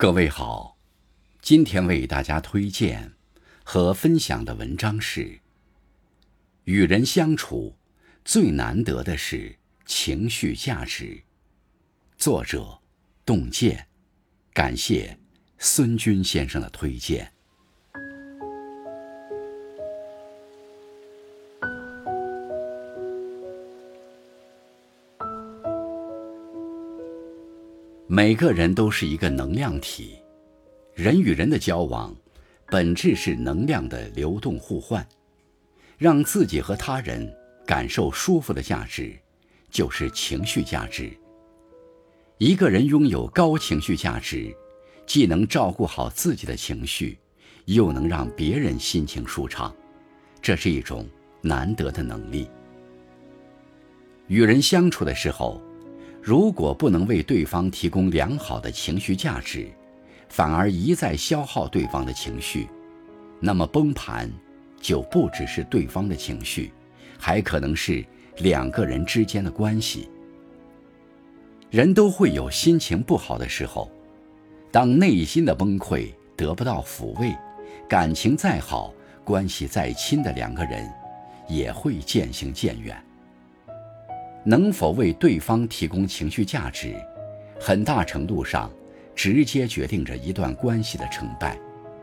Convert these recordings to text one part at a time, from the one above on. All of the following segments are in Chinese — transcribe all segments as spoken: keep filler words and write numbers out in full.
各位好，今天为大家推荐和分享的文章是：与人相处最难得的是情绪价值。作者洞见，感谢孙军先生的推荐。每个人都是一个能量体，人与人的交往本质是能量的流动互换，让自己和他人感受舒服的价值就是情绪价值。一个人拥有高情绪价值，既能照顾好自己的情绪，又能让别人心情舒畅，这是一种难得的能力。与人相处的时候，如果不能为对方提供良好的情绪价值，反而一再消耗对方的情绪，那么崩盘就不只是对方的情绪，还可能是两个人之间的关系。人都会有心情不好的时候，当内心的崩溃得不到抚慰，感情再好，关系再亲的两个人也会渐行渐远。能否为对方提供情绪价值，很大程度上直接决定着一段关系的成败。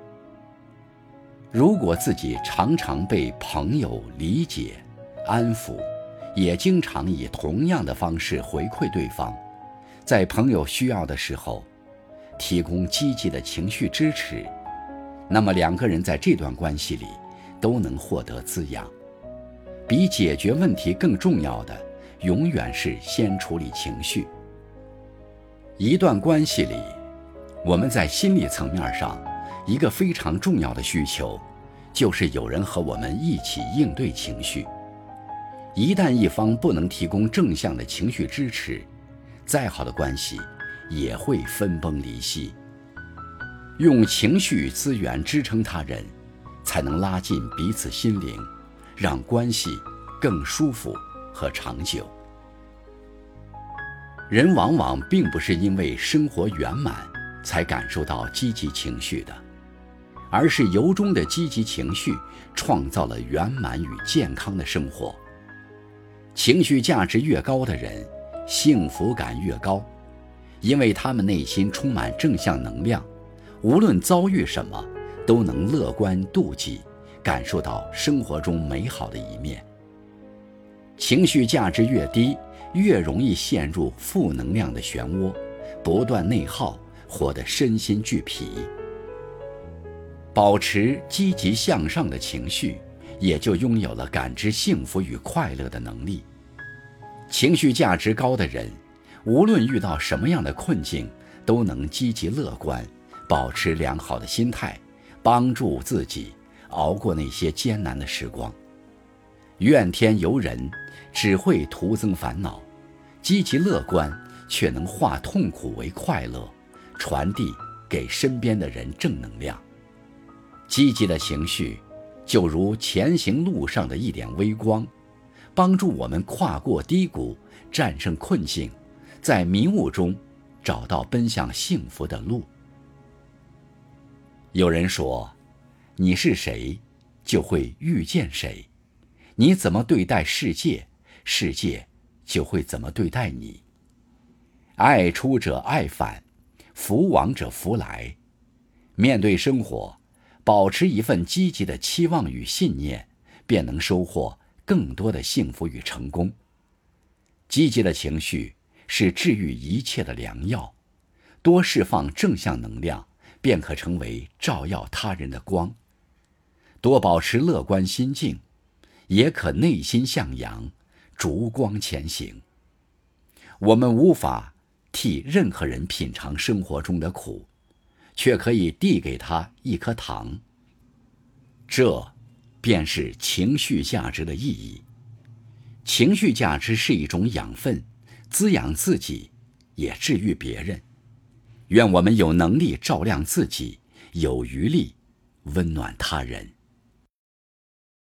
如果自己常常被朋友理解、安抚，也经常以同样的方式回馈对方，在朋友需要的时候提供积极的情绪支持，那么两个人在这段关系里都能获得滋养。比解决问题更重要的永远是先处理情绪。一段关系里，我们在心理层面上一个非常重要的需求，就是有人和我们一起应对情绪。一旦一方不能提供正向的情绪支持，再好的关系也会分崩离析。用情绪资源支撑他人，才能拉近彼此心灵，让关系更舒服和长久。人往往并不是因为生活圆满才感受到积极情绪的，而是由衷的积极情绪创造了圆满与健康的生活。情绪价值越高的人，幸福感越高，因为他们内心充满正向能量，无论遭遇什么都能乐观妒忌，感受到生活中美好的一面。情绪价值越低，越容易陷入负能量的漩涡，不断内耗，活得身心俱疲。保持积极向上的情绪，也就拥有了感知幸福与快乐的能力。情绪价值高的人，无论遇到什么样的困境，都能积极乐观，保持良好的心态，帮助自己熬过那些艰难的时光。怨天尤人只会徒增烦恼，积极乐观却能化痛苦为快乐，传递给身边的人正能量。积极的情绪就如前行路上的一点微光，帮助我们跨过低谷，战胜困境，在迷雾中找到奔向幸福的路。有人说，你是谁，就会遇见谁。你怎么对待世界，世界就会怎么对待你。爱出者爱返，福往者福来。面对生活，保持一份积极的期望与信念，便能收获更多的幸福与成功。积极的情绪是治愈一切的良药，多释放正向能量，便可成为照耀他人的光。多保持乐观心境，也可内心向阳，逐光前行。我们无法替任何人品尝生活中的苦，却可以递给他一颗糖。这便是情绪价值的意义。情绪价值是一种养分，滋养自己，也治愈别人。愿我们有能力照亮自己，有余力温暖他人。